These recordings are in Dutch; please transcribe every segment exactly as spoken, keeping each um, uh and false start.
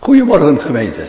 Goedemorgen gemeente.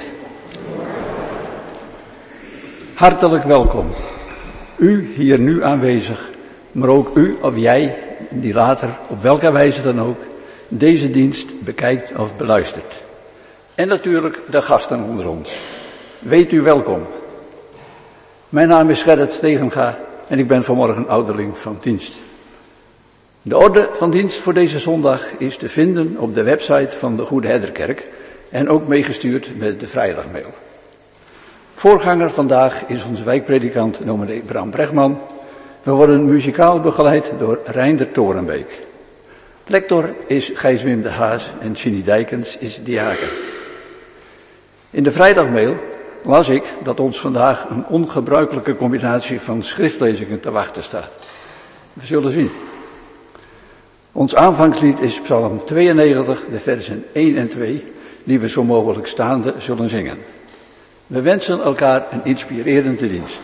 Hartelijk welkom. U hier nu aanwezig, maar ook u of jij die later, op welke wijze dan ook, deze dienst bekijkt of beluistert. En natuurlijk de gasten onder ons. Weet u welkom. Mijn naam is Gerrit Stegenga en ik ben vanmorgen ouderling van dienst. De orde van dienst voor deze zondag is te vinden op de website van de Goede Herderkerk en ook meegestuurd met de vrijdagmail. Voorganger vandaag is onze wijkpredikant dominee Bram Bregman. We worden muzikaal begeleid door Reinder Torenbeek. Lector is Gijs Wim de Haas en Ginny Dijkens is diaken. In de vrijdagmail las ik dat ons vandaag een ongebruikelijke combinatie van schriftlezingen te wachten staat. We zullen zien. Ons aanvangslied is Psalm tweeënnegentig, de versen één en twee, die we zo mogelijk staande zullen zingen. We wensen elkaar een inspirerende dienst.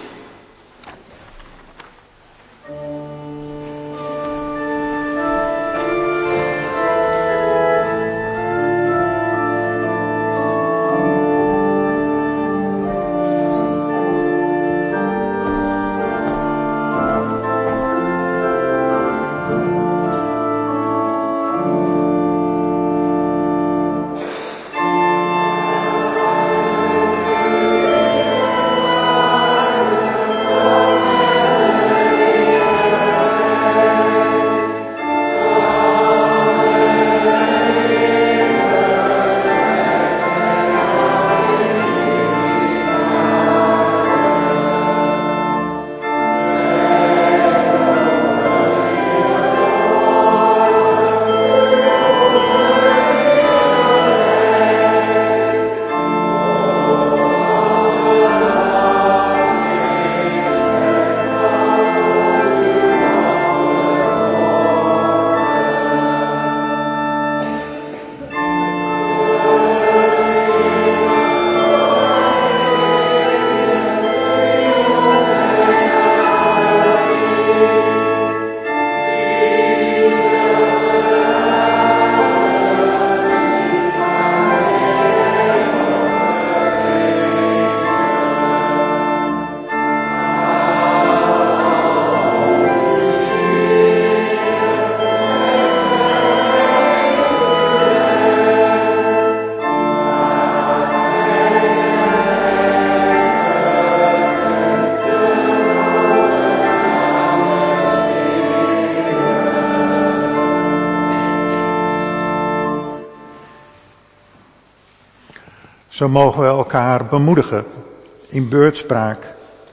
Zo mogen we elkaar bemoedigen in beurtspraak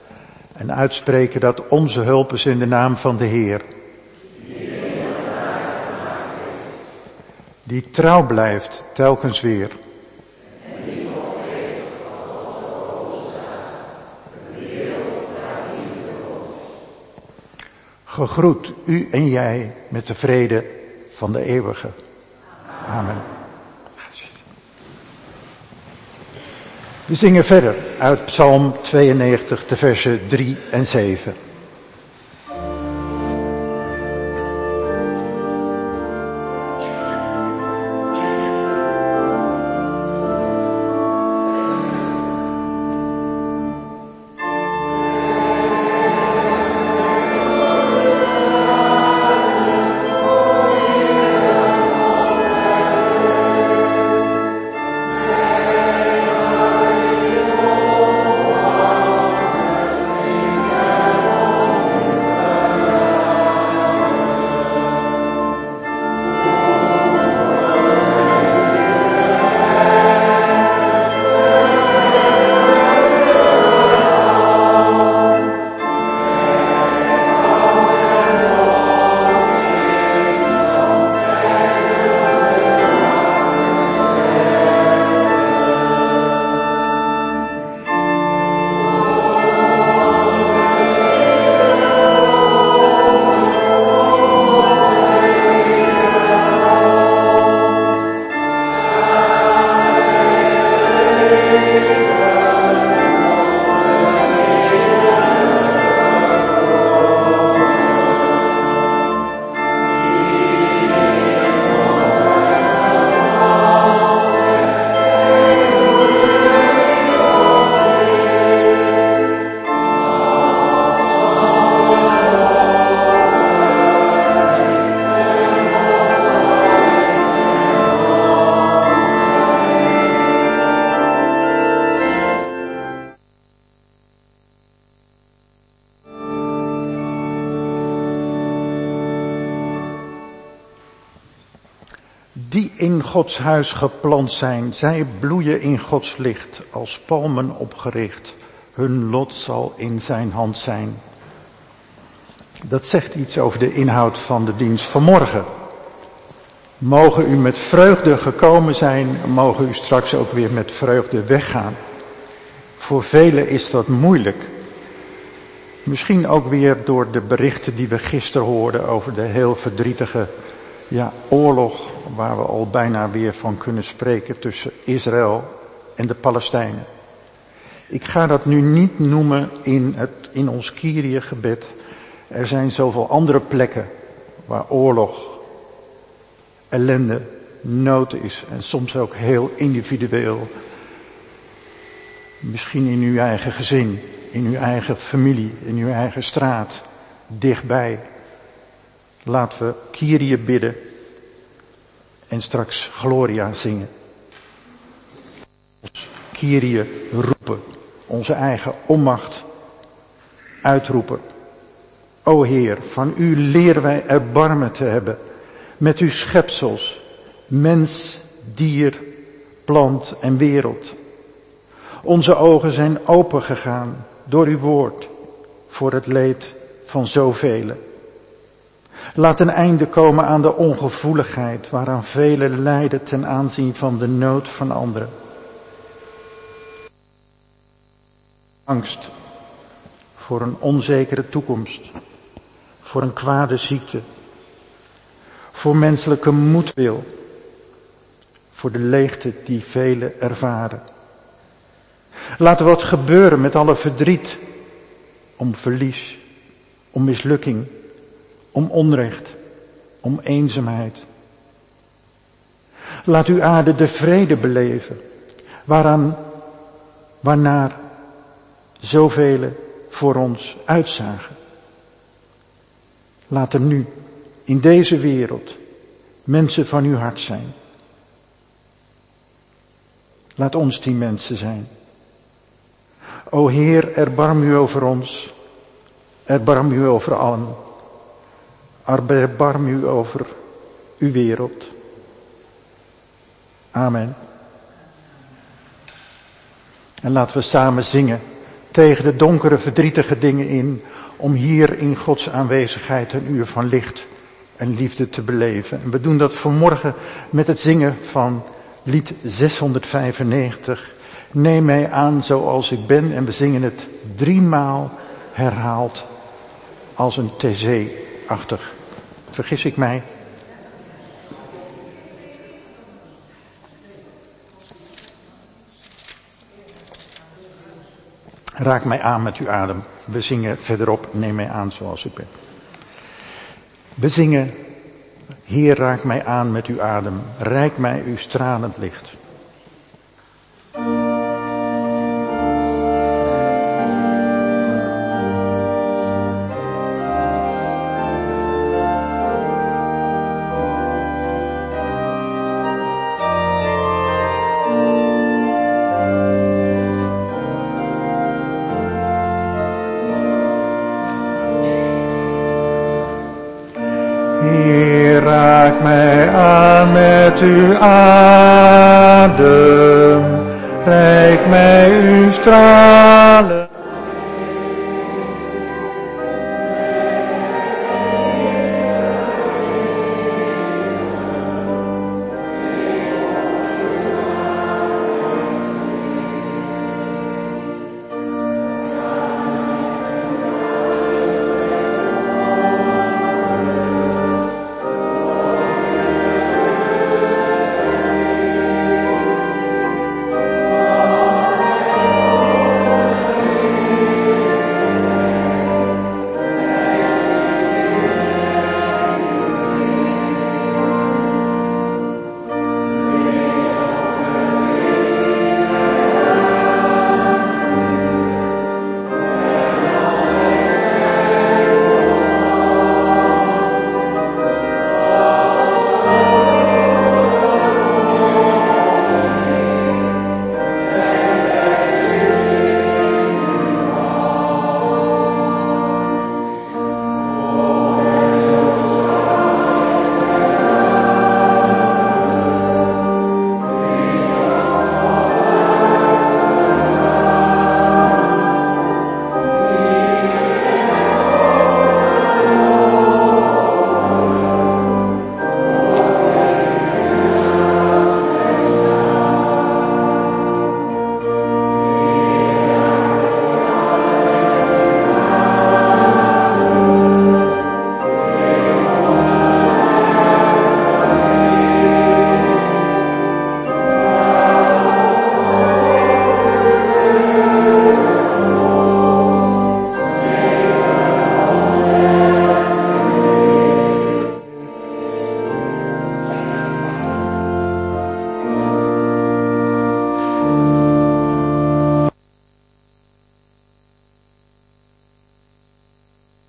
en uitspreken dat onze hulp is in de naam van de Heer. Die trouw blijft telkens weer. Gegroet u en jij met de vrede van de eeuwige. Amen. We zingen verder uit Psalm tweeënnegentig, de versen drie en zeven. Oh in Gods huis geplant zijn. Zij bloeien in Gods licht, als palmen opgericht. Hun lot zal in zijn hand zijn. Dat zegt iets over de inhoud van de dienst vanmorgen. Mogen u met vreugde gekomen zijn, mogen u straks ook weer met vreugde weggaan. Voor velen is dat moeilijk. Misschien ook weer door de berichten die we gisteren hoorden over de heel verdrietige ja, oorlog, waar we al bijna weer van kunnen spreken tussen Israël en de Palestijnen. Ik ga dat nu niet noemen in, het, in ons Kyrie-gebed. Er zijn zoveel andere plekken waar oorlog, ellende, nood is en soms ook heel individueel. Misschien in uw eigen gezin, in uw eigen familie, in uw eigen straat, dichtbij. Laten we Kyrie bidden en straks Gloria zingen. Kyrie roepen, onze eigen onmacht uitroepen. O Heer, van u leren wij erbarmen te hebben met uw schepsels, mens, dier, plant en wereld. Onze ogen zijn opengegaan door uw woord voor het leed van zoveel. Laat een einde komen aan de ongevoeligheid waaraan velen lijden ten aanzien van de nood van anderen. Angst voor een onzekere toekomst, voor een kwade ziekte, voor menselijke moedwil, voor de leegte die velen ervaren. Laat er wat gebeuren met alle verdriet, om verlies, om mislukking, om onrecht, om eenzaamheid. Laat uw aarde de vrede beleven, waaraan, waarnaar zoveel voor ons uitzagen. Laat er nu, in deze wereld, mensen van uw hart zijn. Laat ons die mensen zijn. O Heer, erbarm u over ons. Erbarm u over allen. Erbarm u over uw wereld. Amen. En laten we samen zingen tegen de donkere, verdrietige dingen in, om hier in Gods aanwezigheid een uur van licht en liefde te beleven. En we doen dat vanmorgen met het zingen van lied zeshonderdvijfennegentig. Neem mij aan zoals ik ben, en we zingen het driemaal herhaald als een T C-achtig. Vergis ik mij? Raak mij aan met uw adem. We zingen verderop, neem mij aan zoals ik ben. We zingen, Heer, raak mij aan met uw adem. Reik mij uw stralend licht. Met uw adem, reik mij uw stralen.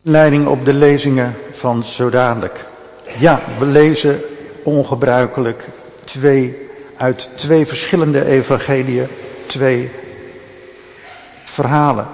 Leiding op de lezingen van zo dadelijk. Ja, we lezen ongebruikelijk twee uit twee verschillende evangeliën, twee verhalen.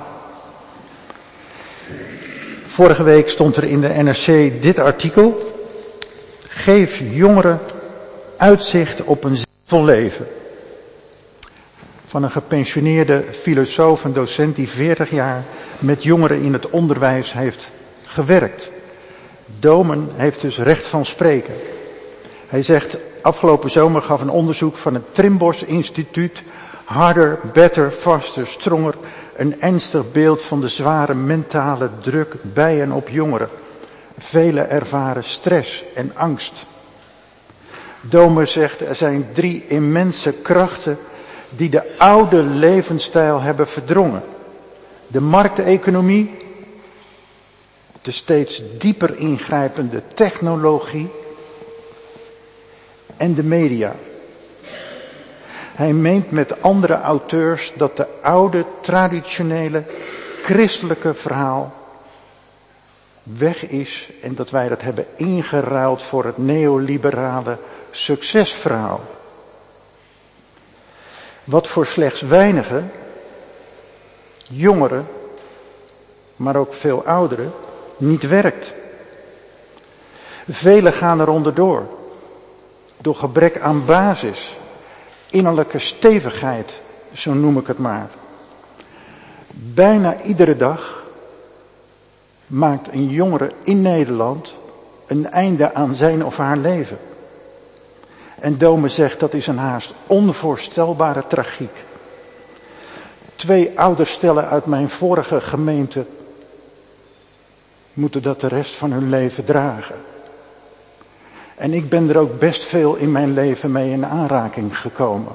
Vorige week stond er in de N R C dit artikel. Geef jongeren uitzicht op een zinvol leven. Van een gepensioneerde filosoof en docent die veertig jaar met jongeren in het onderwijs heeft gewerkt. Domen heeft dus recht van spreken. Hij zegt, afgelopen zomer gaf een onderzoek van het Trimbos Instituut Harder, Better, Faster, Stronger een ernstig beeld van de zware mentale druk bij en op jongeren. Velen ervaren stress en angst. Domer zegt, er zijn drie immense krachten die de oude levensstijl hebben verdrongen. De markteconomie, de steeds dieper ingrijpende technologie en de media. Hij meent met andere auteurs dat de oude, traditionele, christelijke verhaal weg is en dat wij dat hebben ingeruild voor het neoliberale succesverhaal. Wat voor slechts weinigen, jongeren, maar ook veel ouderen, niet werkt. Velen gaan er onderdoor, door gebrek aan basis, innerlijke stevigheid, zo noem ik het maar. Bijna iedere dag maakt een jongere in Nederland een einde aan zijn of haar leven. En Dome zegt dat is een haast onvoorstelbare tragiek. Twee ouderstellen uit mijn vorige gemeente moeten dat de rest van hun leven dragen. En ik ben er ook best veel in mijn leven mee in aanraking gekomen.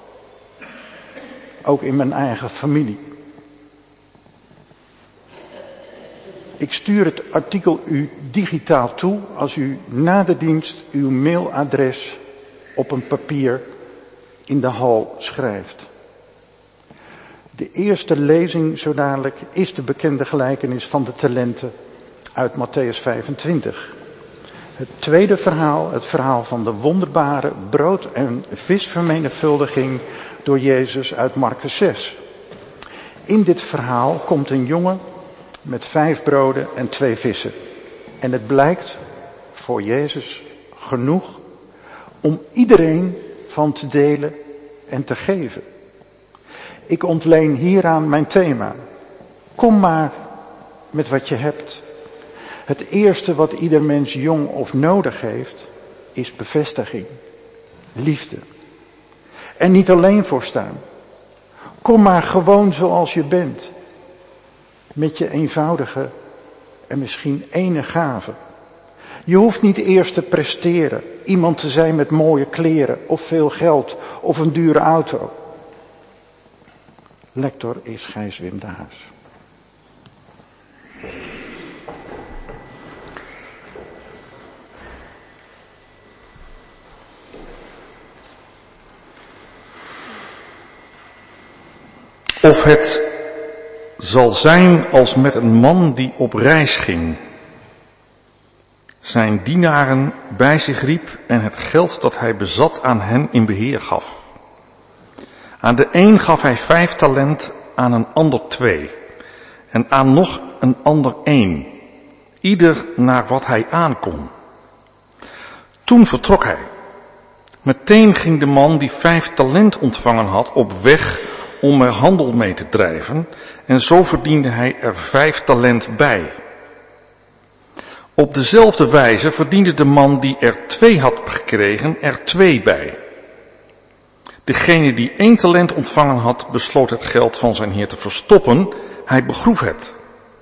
Ook in mijn eigen familie. Ik stuur het artikel u digitaal toe als u na de dienst uw mailadres op een papier in de hal schrijft. De eerste lezing zo dadelijk is de bekende gelijkenis van de talenten uit Matthäus vijfentwintig. Het tweede verhaal, het verhaal van de wonderbare brood- en visvermenigvuldiging door Jezus uit Marcus zes. In dit verhaal komt een jongen met vijf broden en twee vissen. En het blijkt voor Jezus genoeg om iedereen van te delen en te geven. Ik ontleen hieraan mijn thema. Kom maar met wat je hebt. Het eerste wat ieder mens jong of nodig heeft, is bevestiging, liefde. En niet alleen voor staan. Kom maar gewoon zoals je bent. Met je eenvoudige en misschien ene gave. Je hoeft niet eerst te presteren, iemand te zijn met mooie kleren of veel geld of een dure auto. Lector is Gijs Wim de Haas. Of het zal zijn als met een man die op reis ging, zijn dienaren bij zich riep en het geld dat hij bezat aan hen in beheer gaf. Aan de een gaf hij vijf talent, aan een ander twee en aan nog een ander één, ieder naar wat hij aankon. Toen vertrok hij. Meteen ging de man die vijf talent ontvangen had op weg om er handel mee te drijven en zo verdiende hij er vijf talent bij. Op dezelfde wijze verdiende de man die er twee had gekregen er twee bij. Degene die één talent ontvangen had besloot het geld van zijn heer te verstoppen, hij begroef het.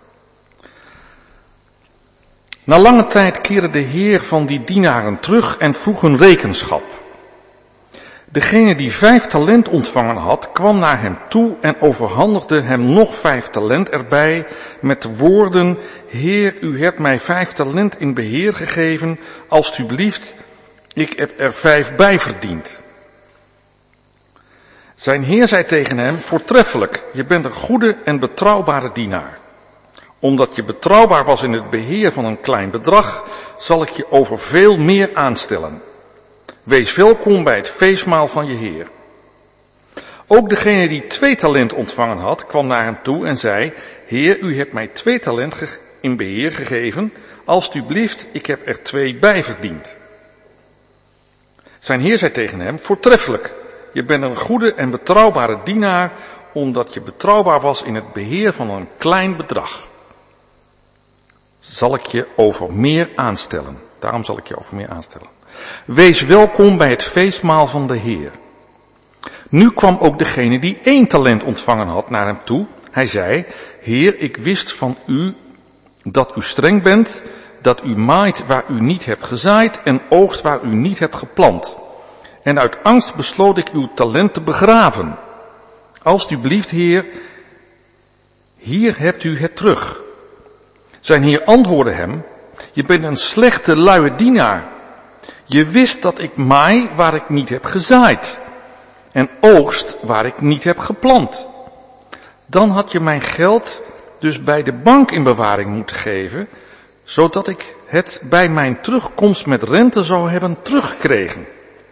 Na lange tijd keerde de heer van die dienaren terug en vroeg hun rekenschap. Degene die vijf talent ontvangen had, kwam naar hem toe en overhandigde hem nog vijf talent erbij met de woorden: Heer, u hebt mij vijf talent in beheer gegeven, alstublieft, ik heb er vijf bij verdiend. Zijn heer zei tegen hem: Voortreffelijk, je bent een goede en betrouwbare dienaar. Omdat je betrouwbaar was in het beheer van een klein bedrag, zal ik je over veel meer aanstellen. Wees welkom bij het feestmaal van je Heer. Ook degene die twee talent ontvangen had, kwam naar hem toe en zei, Heer, u hebt mij twee talent in beheer gegeven, alstublieft, ik heb er twee bij verdiend. Zijn Heer zei tegen hem, voortreffelijk, je bent een goede en betrouwbare dienaar, omdat je betrouwbaar was in het beheer van een klein bedrag. Zal ik je over meer aanstellen. Daarom zal ik je over meer aanstellen. Wees welkom bij het feestmaal van de Heer. Nu kwam ook degene die één talent ontvangen had naar hem toe. Hij zei, Heer, ik wist van u dat u streng bent, dat u maait waar u niet hebt gezaaid en oogst waar u niet hebt geplant. En uit angst besloot ik uw talent te begraven. Alsjeblieft, Heer, hier hebt u het terug. Zijn Heer antwoordde hem, je bent een slechte, luie dienaar. Je wist dat ik maai waar ik niet heb gezaaid en oogst waar ik niet heb geplant. Dan had je mijn geld dus bij de bank in bewaring moeten geven, zodat ik het bij mijn terugkomst met rente zou hebben teruggekregen.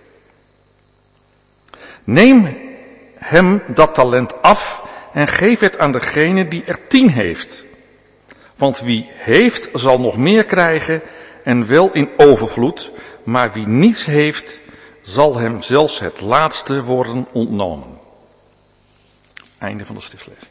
Neem hem dat talent af en geef het aan degene die er tien heeft. Want wie heeft zal nog meer krijgen en wel in overvloed, maar wie niets heeft zal hem zelfs het laatste worden ontnomen. Einde van de stiftslezing.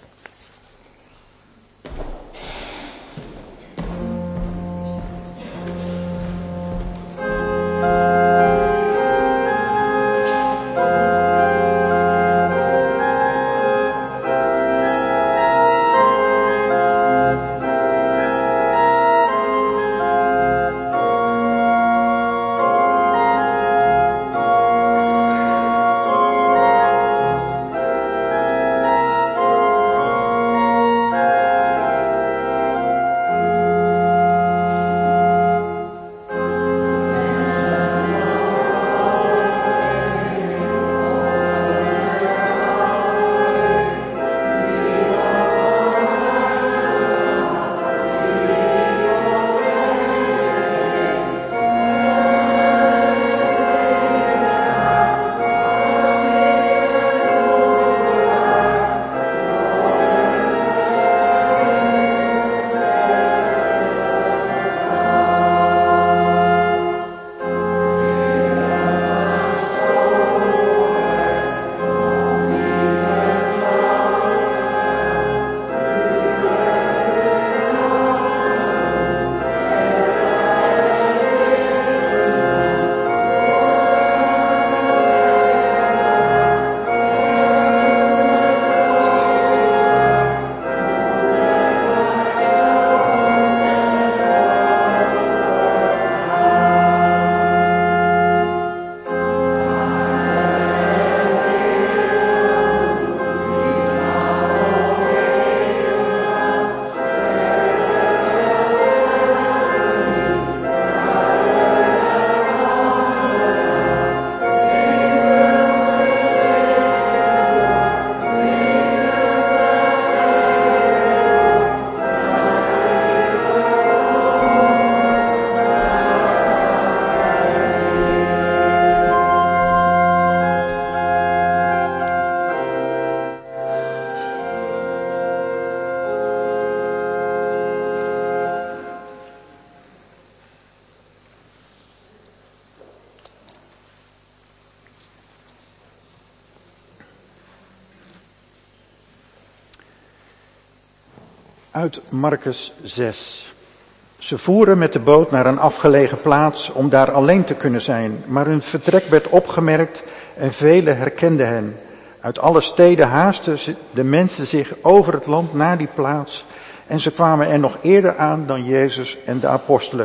Uit Markus zes. Ze voeren met de boot naar een afgelegen plaats om daar alleen te kunnen zijn, maar hun vertrek werd opgemerkt en velen herkenden hen. Uit alle steden haasten de mensen zich over het land naar die plaats en ze kwamen er nog eerder aan dan Jezus en de apostelen.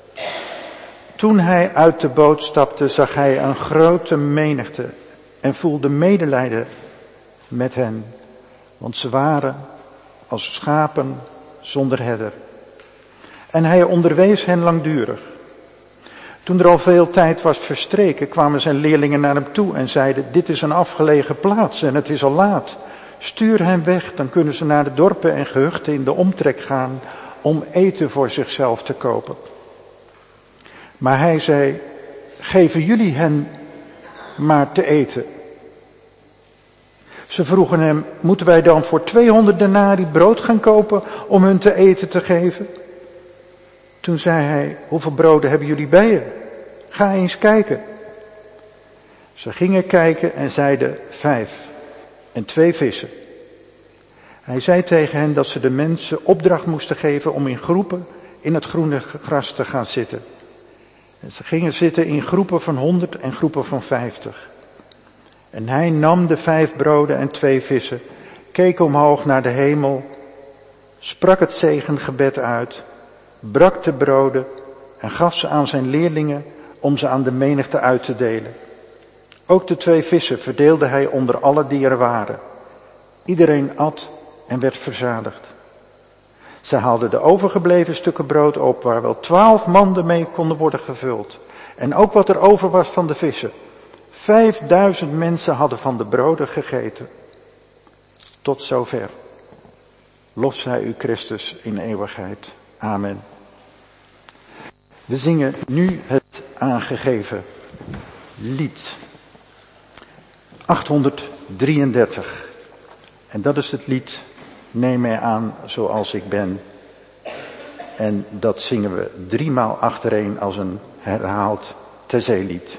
Toen hij uit de boot stapte, zag hij een grote menigte en voelde medelijden met hen, want ze waren als schapen zonder herder. En hij onderwees hen langdurig. Toen er al veel tijd was verstreken, kwamen zijn leerlingen naar hem toe en zeiden, dit is een afgelegen plaats en het is al laat. Stuur hen weg, dan kunnen ze naar de dorpen en gehuchten in de omtrek gaan. om eten voor zichzelf te kopen. Maar hij zei, geven jullie hen maar te eten. Ze vroegen hem, moeten wij dan voor tweehonderd denari brood gaan kopen om hun te eten te geven? Toen zei hij, hoeveel broden hebben jullie bij je? Ga eens kijken. Ze gingen kijken en zeiden vijf en twee vissen. Hij zei tegen hen dat ze de mensen opdracht moesten geven om in groepen in het groene gras te gaan zitten. En ze gingen zitten in groepen van honderd en groepen van vijftig. En hij nam de vijf broden en twee vissen, keek omhoog naar de hemel, sprak het zegengebed uit, brak de broden en gaf ze aan zijn leerlingen om ze aan de menigte uit te delen. Ook de twee vissen verdeelde hij onder alle die er waren. Iedereen at en werd verzadigd. Ze haalden de overgebleven stukken brood op, waar wel twaalf manden mee konden worden gevuld. En ook wat er over was van de vissen. Vijfduizend mensen hadden van de broden gegeten. Tot zover. Lof zij u Christus in eeuwigheid. Amen. We zingen nu het aangegeven lied. achthonderddrieëndertig. En dat is het lied Neem mij aan zoals ik ben. En dat zingen we driemaal achtereen als een herhaald terzijlied.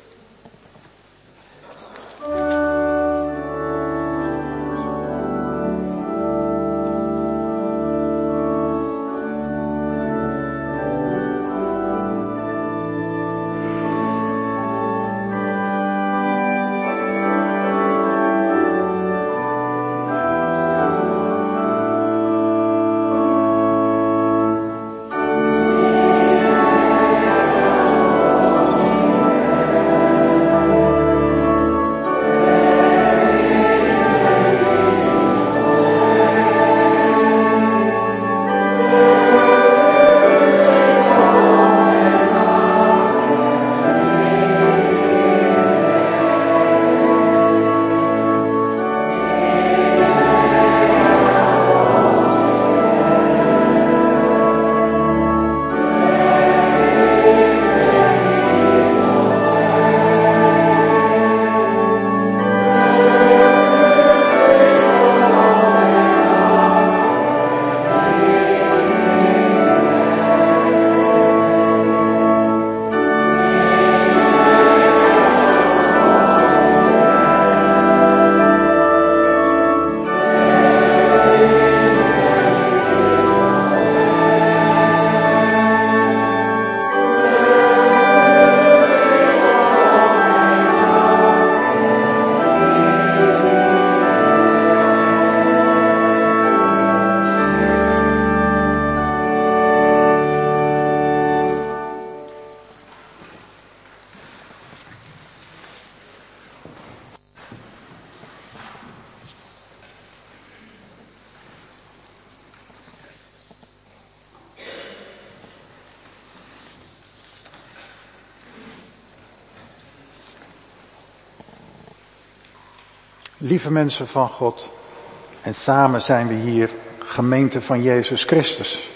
Lieve mensen van God, en samen zijn we hier gemeente van Jezus Christus.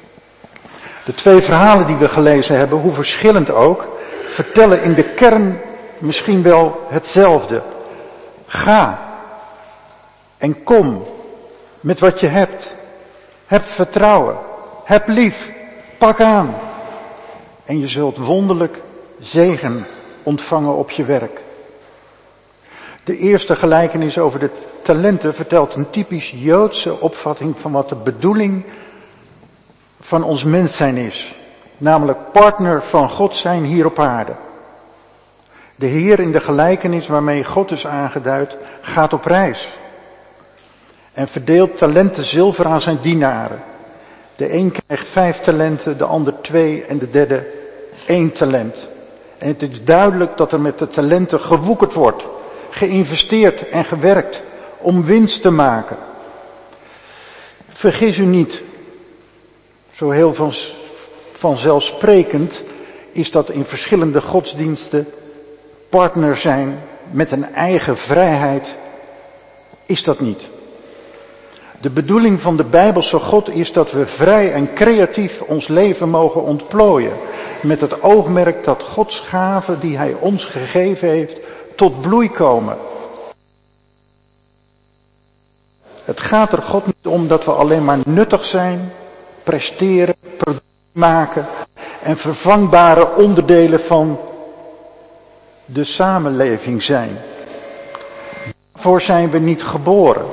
De twee verhalen die we gelezen hebben, hoe verschillend ook, vertellen in de kern misschien wel hetzelfde. Ga en kom met wat je hebt. Heb vertrouwen, heb lief, pak aan. En je zult wonderlijk zegen ontvangen op je werk. De eerste gelijkenis over de talenten vertelt een typisch Joodse opvatting van wat de bedoeling van ons mens zijn is. Namelijk partner van God zijn hier op aarde. De Heer in de gelijkenis waarmee God is aangeduid gaat op reis. En verdeelt talenten zilver aan zijn dienaren. De een krijgt vijf talenten, de ander twee en de derde één talent. En het is duidelijk dat er met de talenten gewoekerd wordt. Geïnvesteerd en gewerkt om winst te maken. Vergis u niet, zo heel van, vanzelfsprekend is dat in verschillende godsdiensten partner zijn met een eigen vrijheid, is dat niet. De bedoeling van de Bijbelse God is dat we vrij en creatief ons leven mogen ontplooien. Met het oogmerk dat Gods gaven die Hij ons gegeven heeft tot bloei komen. Het gaat er God niet om dat we alleen maar nuttig zijn, presteren, producten maken en vervangbare onderdelen van de samenleving zijn. Daarvoor zijn we niet geboren.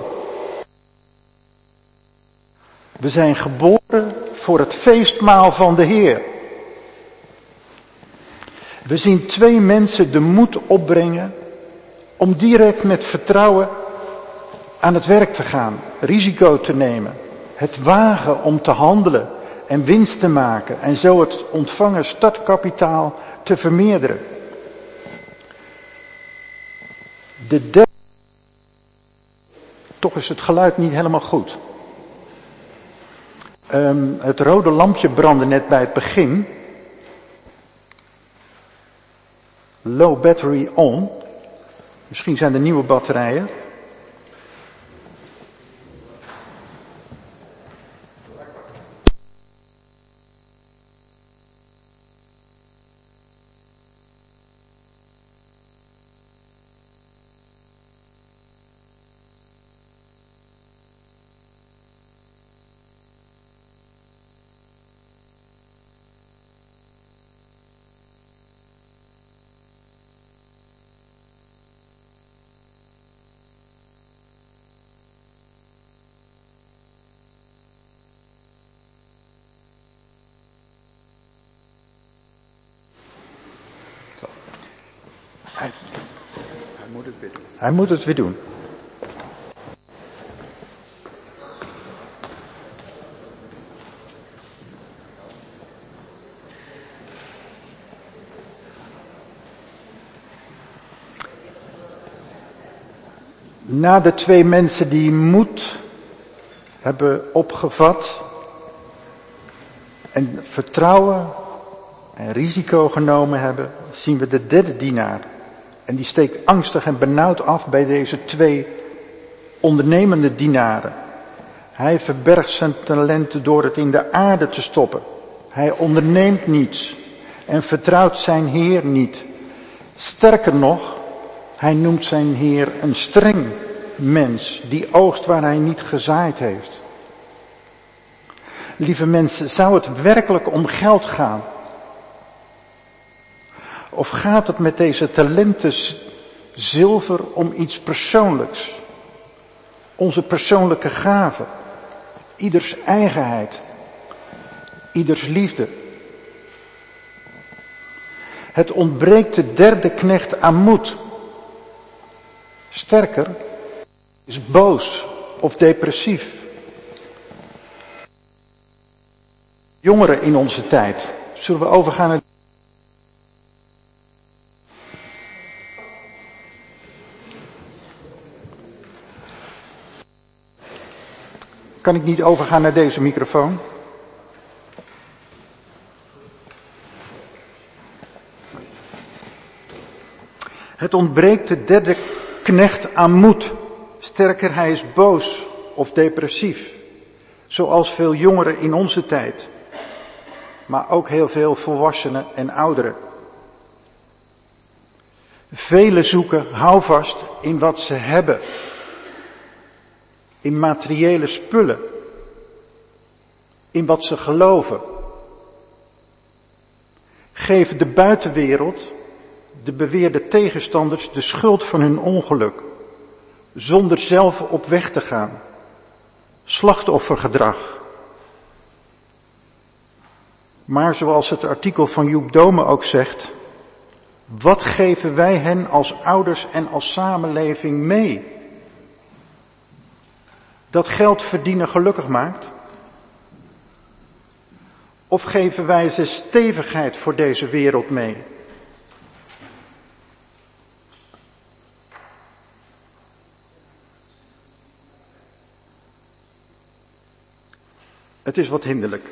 We zijn geboren voor het feestmaal van de Heer. We zien twee mensen de moed opbrengen om direct met vertrouwen aan het werk te gaan, risico te nemen, het wagen om te handelen en winst te maken en zo het ontvangen startkapitaal te vermeerderen. De derde, toch is het geluid niet helemaal goed. Um, het rode lampje brandde net bij het begin. Low battery on. Misschien zijn er nieuwe batterijen. Hij, hij moet het weer doen. Hij moet het weer doen. Na de twee mensen die moed hebben opgevat en vertrouwen en risico genomen hebben, zien we de derde dienaar. En die steekt angstig en benauwd af bij deze twee ondernemende dienaren. Hij verbergt zijn talenten door het in de aarde te stoppen. Hij onderneemt niets en vertrouwt zijn Heer niet. Sterker nog, hij noemt zijn Heer een streng mens die oogst waar hij niet gezaaid heeft. Lieve mensen, zou het werkelijk om geld gaan? Of gaat het met deze talenten zilver om iets persoonlijks? Onze persoonlijke gaven, ieders eigenheid, ieders liefde. Het ontbreekt de derde knecht aan moed. Sterker, is boos of depressief. Jongeren in onze tijd, zullen we overgaan naar... Kan ik niet overgaan naar deze microfoon? Het ontbreekt de derde knecht aan moed. Sterker, hij is boos of depressief. Zoals veel jongeren in onze tijd. Maar ook heel veel volwassenen en ouderen. Velen zoeken houvast in wat ze hebben. In materiële spullen. In wat ze geloven. Geven de buitenwereld, de beweerde tegenstanders, de schuld van hun ongeluk. Zonder zelf op weg te gaan. Slachtoffergedrag. Maar zoals het artikel van Joep Dome ook zegt, wat geven wij hen als ouders en als samenleving mee? Dat geld verdienen gelukkig maakt? Of geven wij ze stevigheid voor deze wereld mee? Het is wat hinderlijk.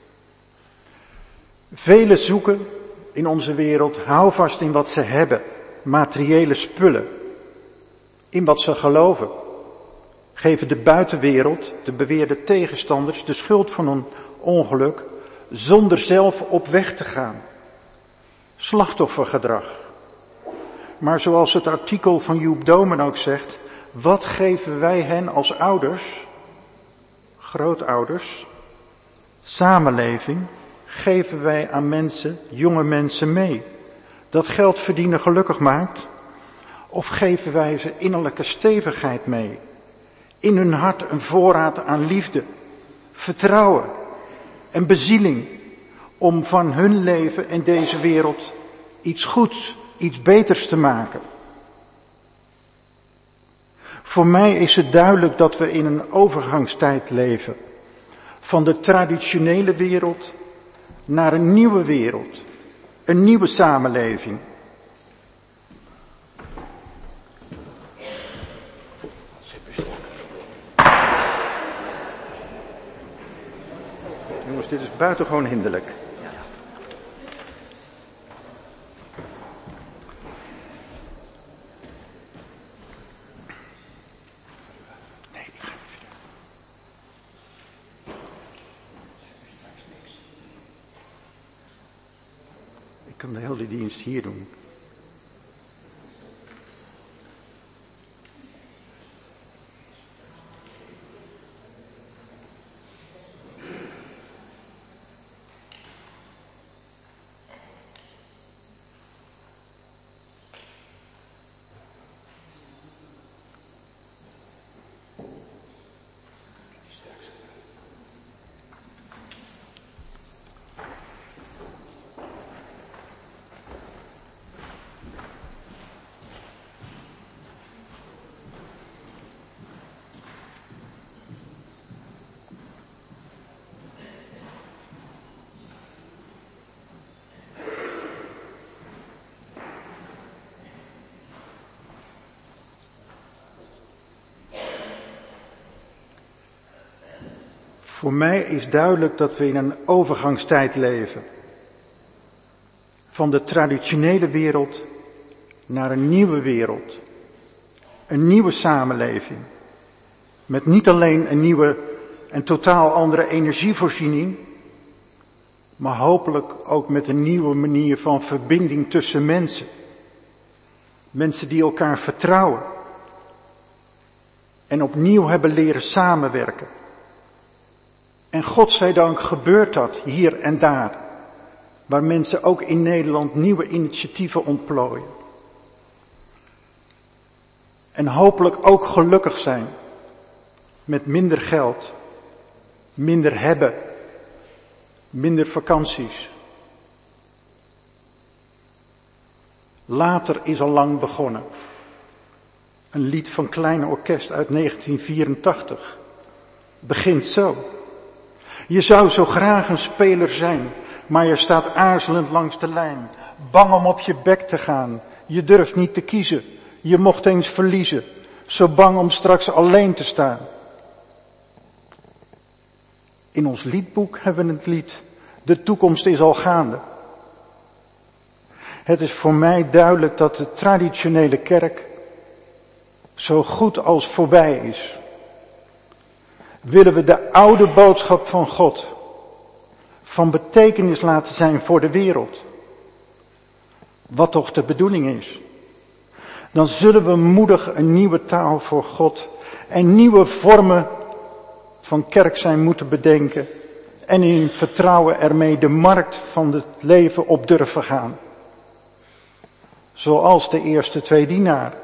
Velen zoeken in onze wereld houvast in wat ze hebben, materiële spullen, in wat ze geloven. geven de buitenwereld, de beweerde tegenstanders, de schuld van een ongeluk, zonder zelf op weg te gaan. Slachtoffergedrag. Maar zoals het artikel van Joep Domen ook zegt, wat geven wij hen als ouders, grootouders, samenleving, geven wij aan mensen, jonge mensen mee? Dat geld verdienen gelukkig maakt? Of geven wij ze innerlijke stevigheid mee? In hun hart een voorraad aan liefde, vertrouwen en bezieling om van hun leven in deze wereld iets goeds, iets beters te maken. Voor mij is het duidelijk dat we in een overgangstijd leven. Van de traditionele wereld naar een nieuwe wereld. Een nieuwe samenleving. Jongens, dit is buitengewoon hinderlijk. Nee, ik ga niet verder. Ik kan de hele dienst hier doen. Voor mij is duidelijk dat we in een overgangstijd leven. Van de traditionele wereld naar een nieuwe wereld. Een nieuwe samenleving. Met niet alleen een nieuwe en totaal andere energievoorziening, maar hopelijk ook met een nieuwe manier van verbinding tussen mensen. Mensen die elkaar vertrouwen en opnieuw hebben leren samenwerken. En godzijdank gebeurt dat hier en daar, waar mensen ook in Nederland nieuwe initiatieven ontplooien. En hopelijk ook gelukkig zijn met minder geld, minder hebben, minder vakanties. Later is al lang begonnen. Een lied van Klein Orkest uit negentien vierentachtig begint zo. Je zou zo graag een speler zijn, maar je staat aarzelend langs de lijn. Bang om op je bek te gaan. Je durft niet te kiezen. Je mocht eens verliezen. Zo bang om straks alleen te staan. In ons liedboek hebben we het lied. De toekomst is al gaande. Het is voor mij duidelijk dat de traditionele kerk zo goed als voorbij is. Willen we de oude boodschap van God van betekenis laten zijn voor de wereld, wat toch de bedoeling is, dan zullen we moedig een nieuwe taal voor God en nieuwe vormen van kerk zijn moeten bedenken en in vertrouwen ermee de markt van het leven op durven gaan. Zoals de eerste twee dienaren.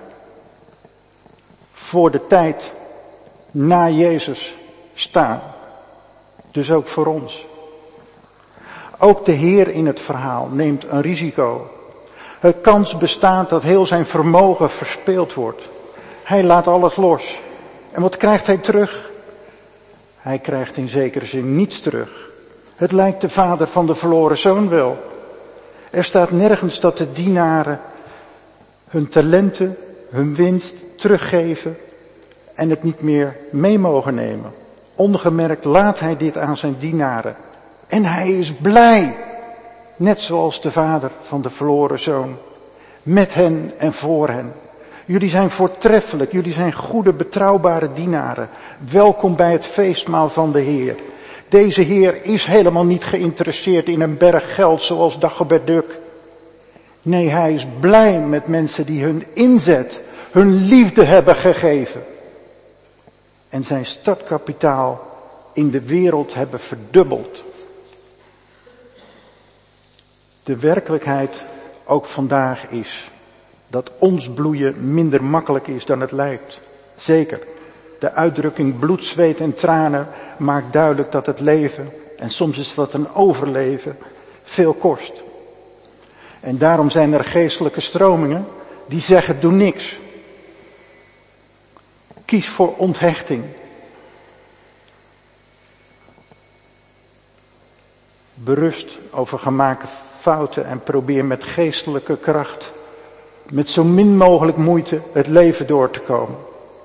Voor de tijd na Jezus staan. Dus ook voor ons. Ook de Heer in het verhaal neemt een risico. Het kans bestaat dat heel zijn vermogen verspeeld wordt. Hij laat alles los. En wat krijgt hij terug? Hij krijgt in zekere zin niets terug. Het lijkt de vader van de verloren zoon wel. Er staat nergens dat de dienaren hun talenten, hun winst teruggeven en het niet meer mee mogen nemen. Ongemerkt laat hij dit aan zijn dienaren. En hij is blij, net zoals de vader van de verloren zoon, met hen en voor hen. Jullie zijn voortreffelijk, jullie zijn goede, betrouwbare dienaren. Welkom bij het feestmaal van de Heer. Deze Heer is helemaal niet geïnteresseerd in een berg geld zoals Dagobert Duck. Nee, hij is blij met mensen die hun inzet, hun liefde hebben gegeven. En zijn startkapitaal in de wereld hebben verdubbeld. De werkelijkheid ook vandaag is dat ons bloeien minder makkelijk is dan het lijkt. Zeker, de uitdrukking bloed, zweet en tranen maakt duidelijk dat het leven, en soms is dat een overleven, veel kost. En daarom zijn er geestelijke stromingen die zeggen, doe niks. Kies voor onthechting. Berust over gemaakte fouten en probeer met geestelijke kracht, met zo min mogelijk moeite, het leven door te komen.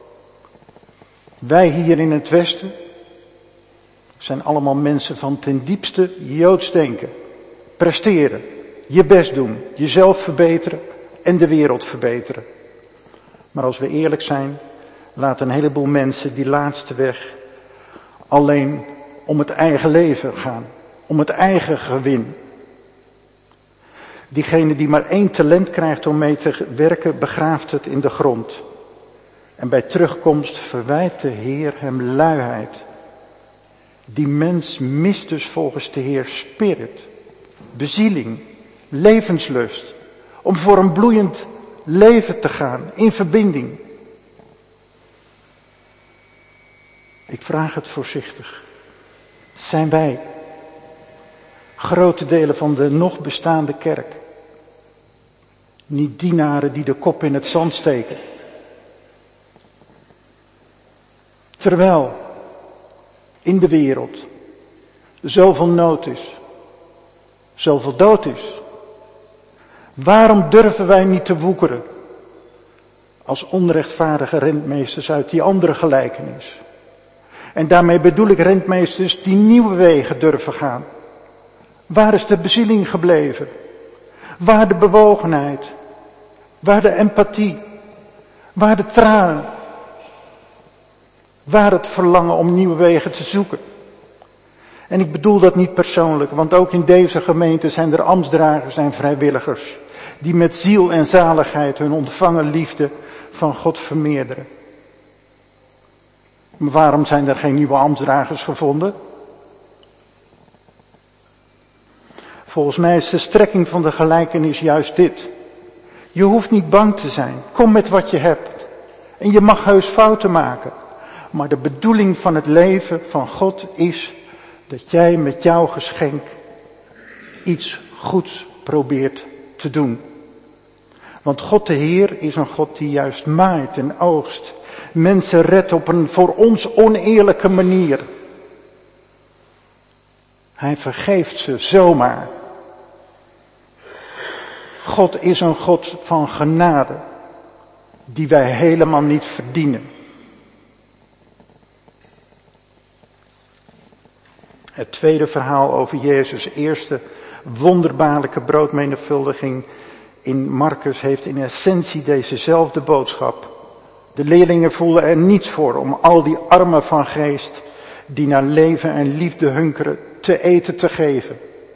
Wij hier in het Westen zijn allemaal mensen van ten diepste Joods denken. Presteren, je best doen, jezelf verbeteren en de wereld verbeteren. Maar als we eerlijk zijn, laten een heleboel mensen die laatste weg alleen om het eigen leven gaan, om het eigen gewin. Diegene die maar één talent krijgt om mee te werken, begraaft het in de grond. En bij terugkomst verwijt de Heer hem luiheid. Die mens mist dus volgens de Heer spirit, bezieling, levenslust. Om voor een bloeiend leven te gaan, in verbinding. Ik vraag het voorzichtig. Zijn wij, grote delen van de nog bestaande kerk, niet dienaren die de kop in het zand steken? Terwijl in de wereld zoveel nood is, zoveel dood is. Waarom durven wij niet te woekeren als onrechtvaardige rentmeesters uit die andere gelijkenis? En daarmee bedoel ik rentmeesters die nieuwe wegen durven gaan. Waar is de bezieling gebleven? Waar de bewogenheid? Waar de empathie? Waar de tranen? Waar het verlangen om nieuwe wegen te zoeken? En ik bedoel dat niet persoonlijk, want ook in deze gemeente zijn er ambtsdragers en vrijwilligers die met ziel en zaligheid hun ontvangen liefde van God vermeerderen. Maar waarom zijn er geen nieuwe ambtsdragers gevonden? Volgens mij is de strekking van de gelijkenis juist dit. Je hoeft niet bang te zijn. Kom met wat je hebt. En je mag heus fouten maken. Maar de bedoeling van het leven van God is dat jij met jouw geschenk iets goeds probeert te doen. Want God de Heer is een God die juist maait en oogst. Mensen redt op een voor ons oneerlijke manier. Hij vergeeft ze zomaar. God is een God van genade, die wij helemaal niet verdienen. Het tweede verhaal over Jezus' eerste wonderbaarlijke broodmenigvuldiging in Marcus heeft in essentie dezezelfde boodschap. De leerlingen voelden er niets voor om al die armen van geest die naar leven en liefde hunkeren te eten te geven.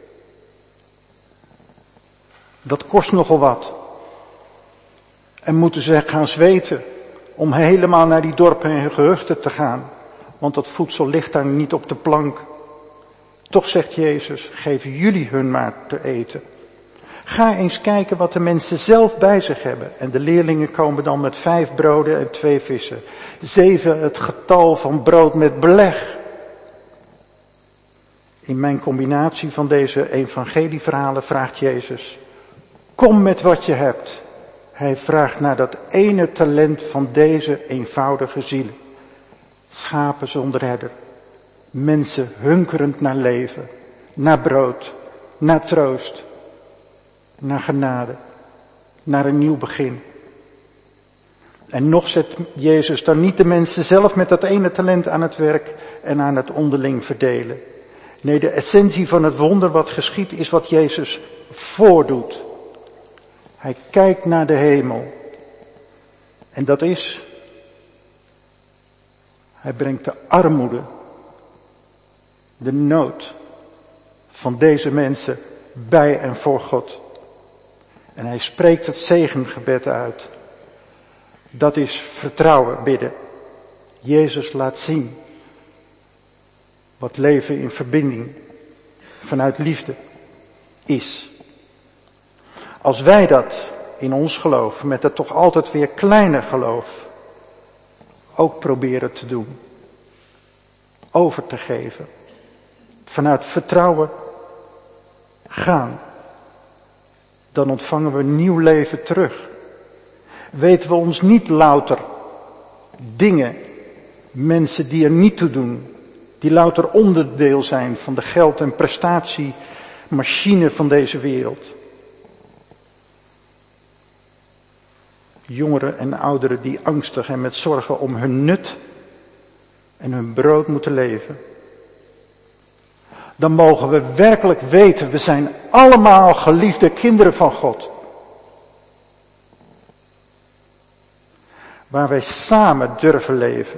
Dat kost nogal wat. En moeten ze gaan zweten om helemaal naar die dorpen en gehuchten te gaan. Want dat voedsel ligt daar niet op de plank. Toch zegt Jezus, geef jullie hun maar te eten. Ga eens kijken wat de mensen zelf bij zich hebben. En de leerlingen komen dan met vijf broden en twee vissen. Zeven het getal van brood met beleg. In mijn combinatie van deze evangelieverhalen vraagt Jezus, kom met wat je hebt. Hij vraagt naar dat ene talent van deze eenvoudige zielen. Schapen zonder herder. Mensen hunkerend naar leven, naar brood, naar troost, naar genade, naar een nieuw begin. En nog zet Jezus dan niet de mensen zelf met dat ene talent aan het werk en aan het onderling verdelen. Nee, de essentie van het wonder wat geschiet is wat Jezus voordoet. Hij kijkt naar de hemel En dat is, hij brengt de armoede, de nood van deze mensen bij en voor God. En hij spreekt het zegengebed uit. Dat is vertrouwen bidden. Jezus laat zien wat leven in verbinding vanuit liefde is. Als wij dat in ons geloof, met het toch altijd weer kleine geloof, ook proberen te doen, over te geven, vanuit vertrouwen gaan, dan ontvangen we nieuw leven terug. Weten we ons niet louter dingen, mensen die er niet toe doen, die louter onderdeel zijn van de geld- en prestatiemachine van deze wereld. Jongeren en ouderen die angstig en met zorgen om hun nut en hun brood moeten leven. Dan mogen we werkelijk weten, we zijn allemaal geliefde kinderen van God. Waar wij samen durven leven.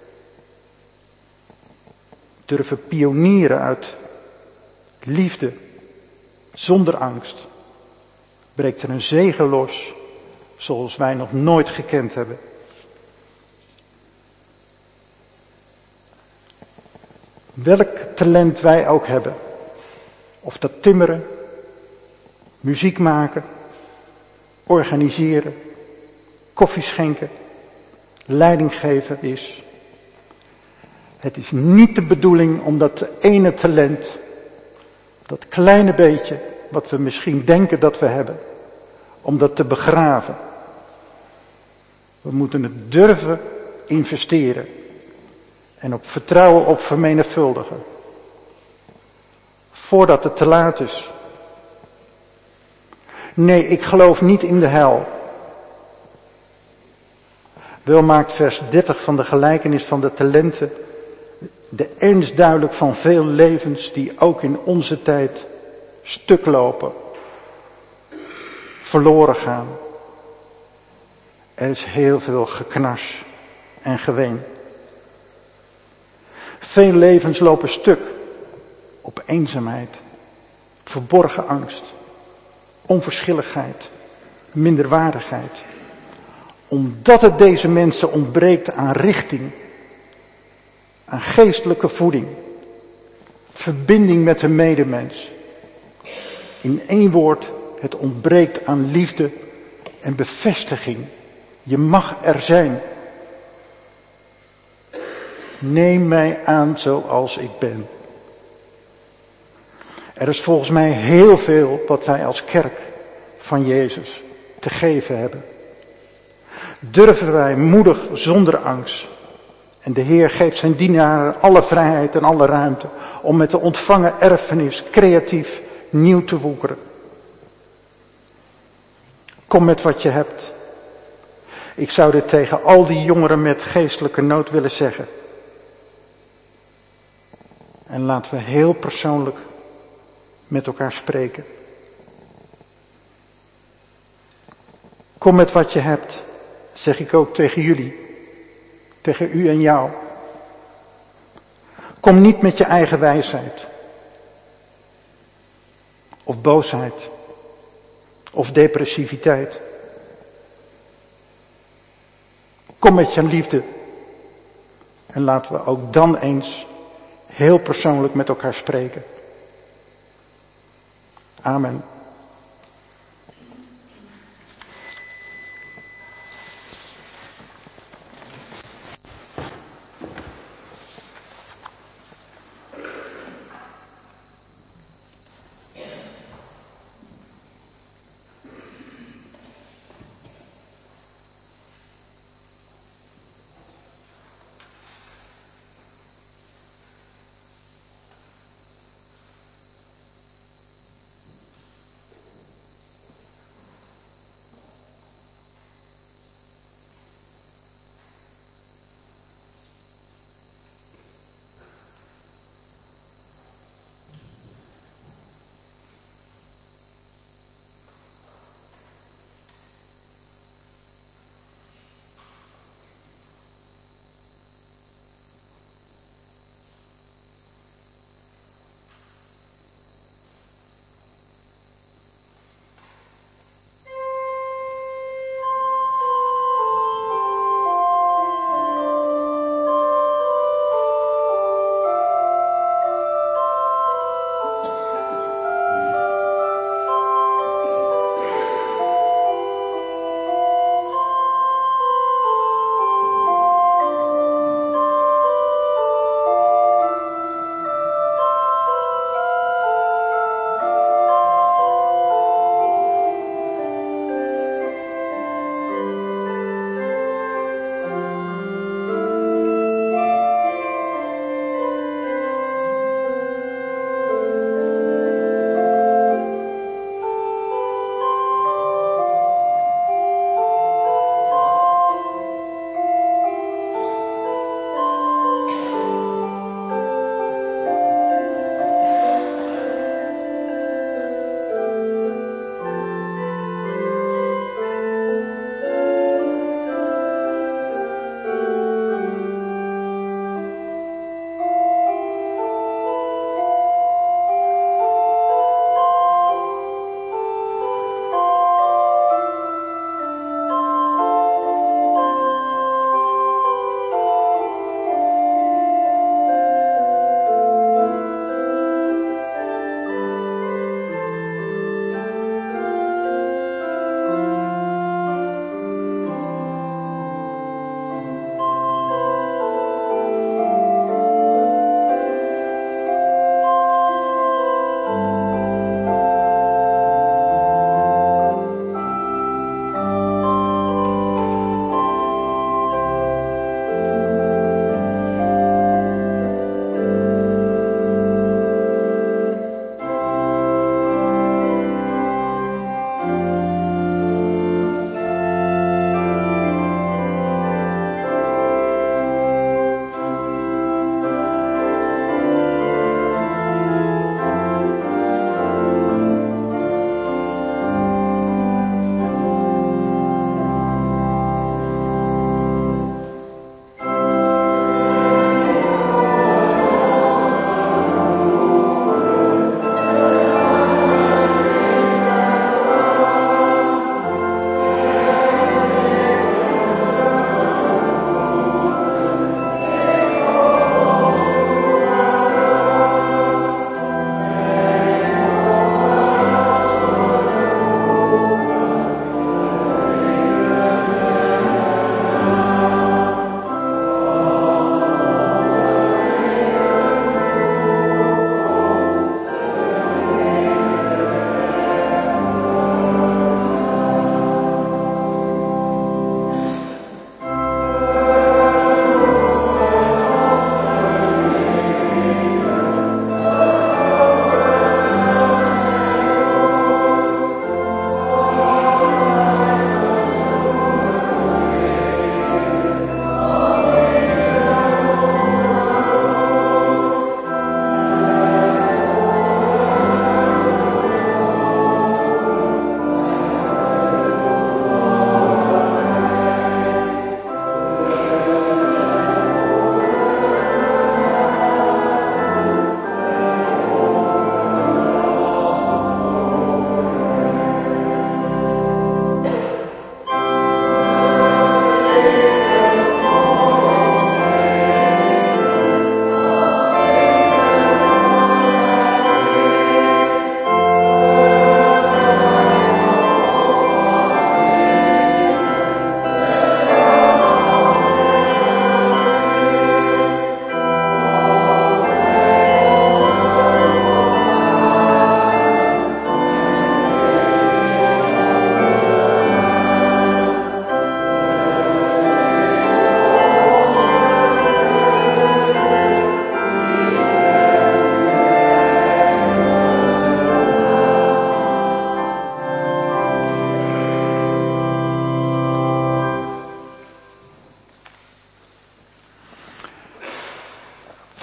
Durven pionieren uit liefde, zonder angst. Breekt er een zegen los, zoals wij nog nooit gekend hebben. Welk talent wij ook hebben. Of dat timmeren, muziek maken, organiseren, koffie schenken, leidinggever is. Het is niet de bedoeling om dat ene talent, dat kleine beetje wat we misschien denken dat we hebben, om dat te begraven. We moeten het durven investeren en op vertrouwen op vermenigvuldigen. Voordat het te laat is. Nee, ik geloof niet in de hel. Wel maakt vers dertig van de gelijkenis van de talenten de ernst duidelijk van veel levens die ook in onze tijd stuk lopen. Verloren gaan. Er is heel veel geknars en geween. Veel levens lopen stuk op eenzaamheid, verborgen angst, onverschilligheid, minderwaardigheid. Omdat het deze mensen ontbreekt aan richting, aan geestelijke voeding, verbinding met hun medemens. In één woord, het ontbreekt aan liefde en bevestiging. Je mag er zijn. Neem mij aan zoals ik ben. Er is volgens mij heel veel wat wij als kerk van Jezus te geven hebben. Durven wij moedig zonder angst. En de Heer geeft zijn dienaren alle vrijheid en alle ruimte om met de ontvangen erfenis creatief nieuw te woekeren. Kom met wat je hebt. Ik zou dit tegen al die jongeren met geestelijke nood willen zeggen. En laten we heel persoonlijk met elkaar spreken. Kom met wat je hebt, zeg ik ook tegen jullie. Tegen u en jou. Kom niet met je eigen wijsheid. Of boosheid. Of depressiviteit. Kom met je liefde. En laten we ook dan eens heel persoonlijk met elkaar spreken. Amen.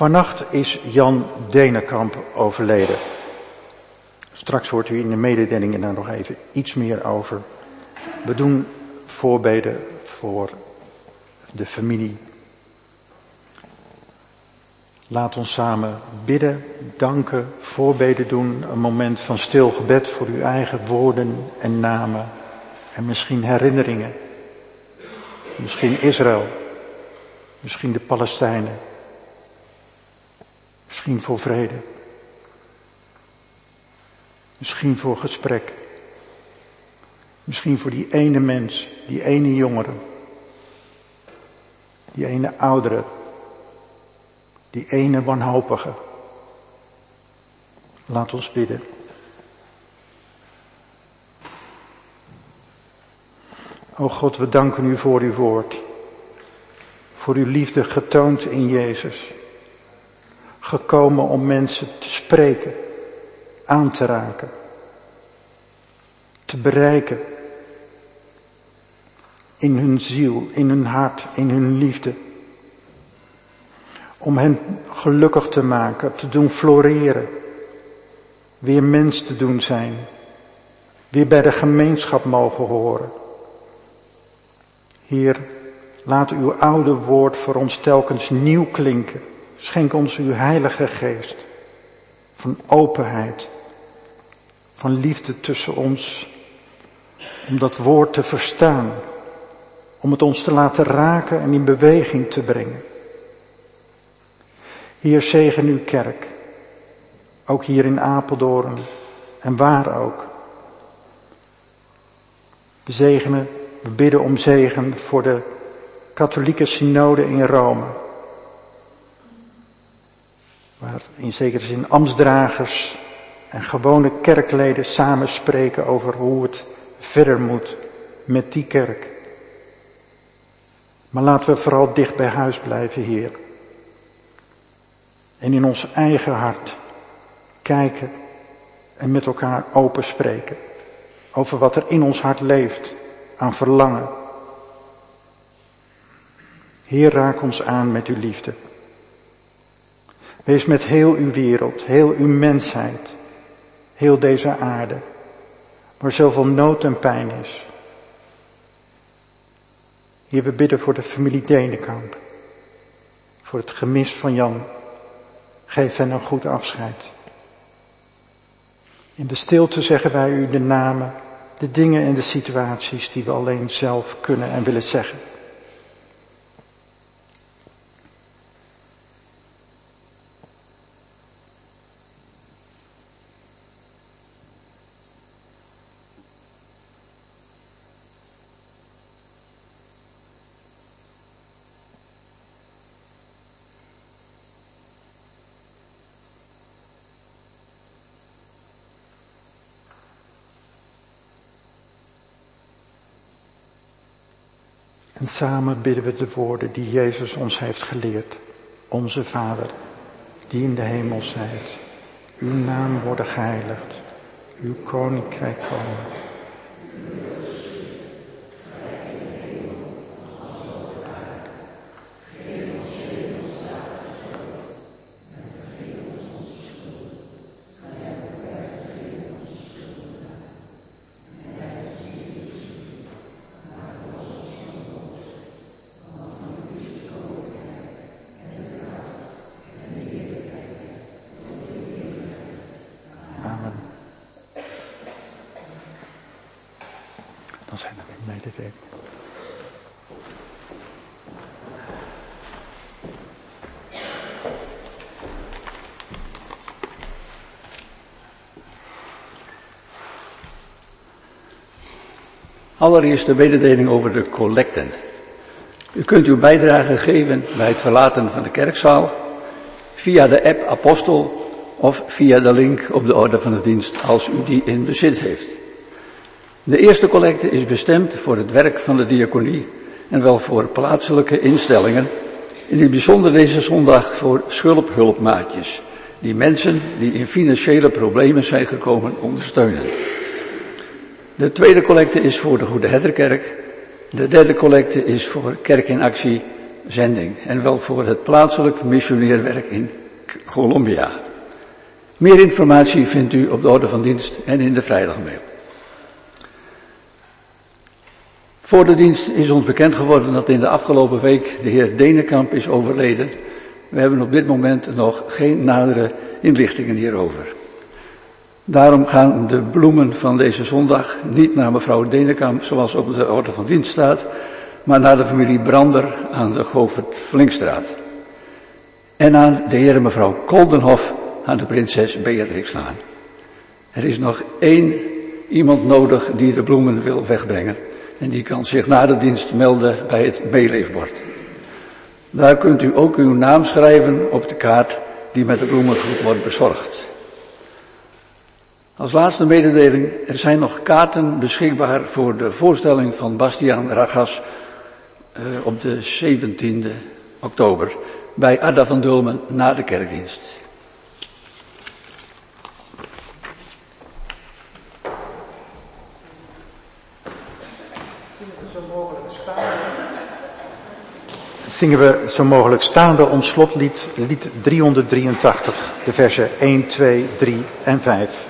Vannacht is Jan Denenkamp overleden. Straks hoort u in de mededelingen daar nog even iets meer over. We doen voorbeden voor de familie. Laat ons samen bidden, danken, voorbeden doen. Een moment van stil gebed voor uw eigen woorden en namen. En misschien herinneringen. Misschien Israël. Misschien de Palestijnen. Misschien voor vrede. Misschien voor gesprek. Misschien voor die ene mens, die ene jongere. Die ene oudere. Die ene wanhopige. Laat ons bidden. O God, we danken u voor uw woord. Voor uw liefde getoond in Jezus. Gekomen om mensen te spreken, aan te raken, te bereiken. In hun ziel, in hun hart, in hun liefde. Om hen gelukkig te maken, te doen floreren. Weer mens te doen zijn. Weer bij de gemeenschap mogen horen. Heer, laat uw oude woord voor ons telkens nieuw klinken. Schenk ons uw heilige geest. Van openheid. Van liefde tussen ons. Om dat woord te verstaan. Om het ons te laten raken en in beweging te brengen. Heer, zegen uw kerk. Ook hier in Apeldoorn. En waar ook. We zegenen, we bidden om zegen voor de katholieke synode in Rome. Waar in zekere zin ambtsdragers en gewone kerkleden samen spreken over hoe het verder moet met die kerk. Maar laten we vooral dicht bij huis blijven, Heer. En in ons eigen hart kijken en met elkaar open spreken. Over wat er in ons hart leeft aan verlangen. Heer, raak ons aan met uw liefde. Wees met heel uw wereld, heel uw mensheid, heel deze aarde, waar zoveel nood en pijn is. Heer, we bidden voor de familie Denenkamp, voor het gemis van Jan. Geef hen een goed afscheid. In de stilte zeggen wij u de namen, de dingen en de situaties die we alleen zelf kunnen en willen zeggen. En samen bidden we de woorden die Jezus ons heeft geleerd. Onze Vader, die in de hemel zijt. Uw naam worden geheiligd. Uw koninkrijk komen. Dan zijn er weer mededelingen. Allereerst de mededeling over de collecten. U kunt uw bijdrage geven bij het verlaten van de kerkzaal, via de app Apostel of via de link op de orde van de dienst als u die in bezit heeft. De eerste collecte is bestemd voor het werk van de diaconie en wel voor plaatselijke instellingen, in het bijzonder deze zondag voor schulphulpmaatjes, die mensen die in financiële problemen zijn gekomen ondersteunen. De tweede collecte is voor de Goede Herderkerk, de derde collecte is voor Kerk in Actie zending en wel voor het plaatselijk missioneerwerk in Colombia. Meer informatie vindt u op de orde van dienst en in de vrijdagmail. Voor de dienst is ons bekend geworden dat in de afgelopen week de heer Denenkamp is overleden. We hebben op dit moment nog geen nadere inlichtingen hierover. Daarom gaan de bloemen van deze zondag niet naar mevrouw Denenkamp zoals op de orde van dienst staat, maar naar de familie Brander aan de Govert-Flinkstraat. En aan de heer en mevrouw Koldenhof aan de prinses Beatrixlaan. Er is nog één iemand nodig die de bloemen wil wegbrengen. En die kan zich na de dienst melden bij het meeleefbord. Daar kunt u ook uw naam schrijven op de kaart die met de bloemengroet wordt bezorgd. Als laatste mededeling, er zijn nog kaarten beschikbaar voor de voorstelling van Bastiaan Ragas uh, op de zeventiende oktober bij Adda van Dulmen na de kerkdienst. Zingen we zo mogelijk staande ons slotlied, lied driehonderddrieëntachtig, de versen één, twee, drie en vijf.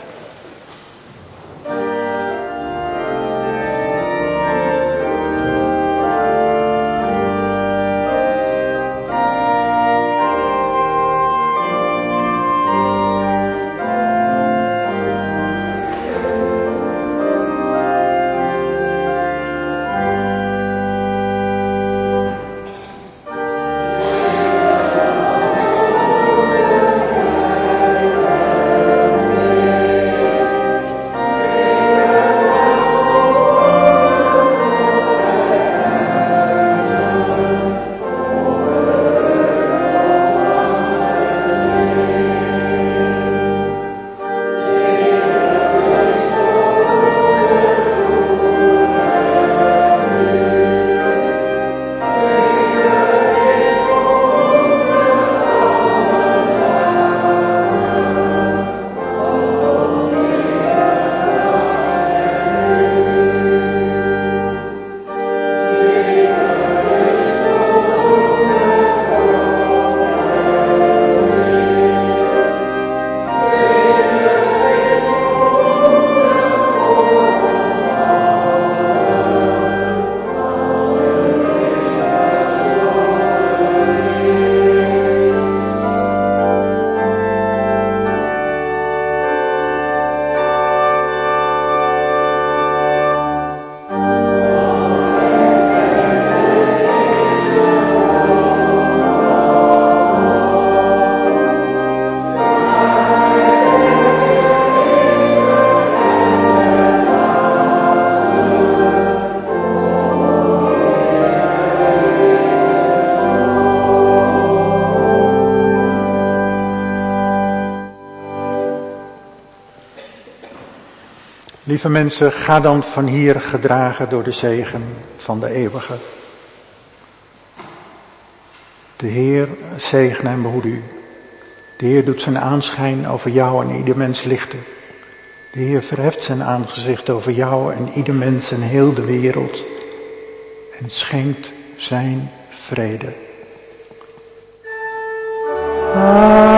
Lieve mensen, ga dan van hier gedragen door de zegen van de eeuwige. De Heer zegene en behoede u. De Heer doet zijn aanschijn over jou en ieder mens lichten. De Heer verheft zijn aangezicht over jou en ieder mens en heel de wereld. En schenkt zijn vrede. Amen.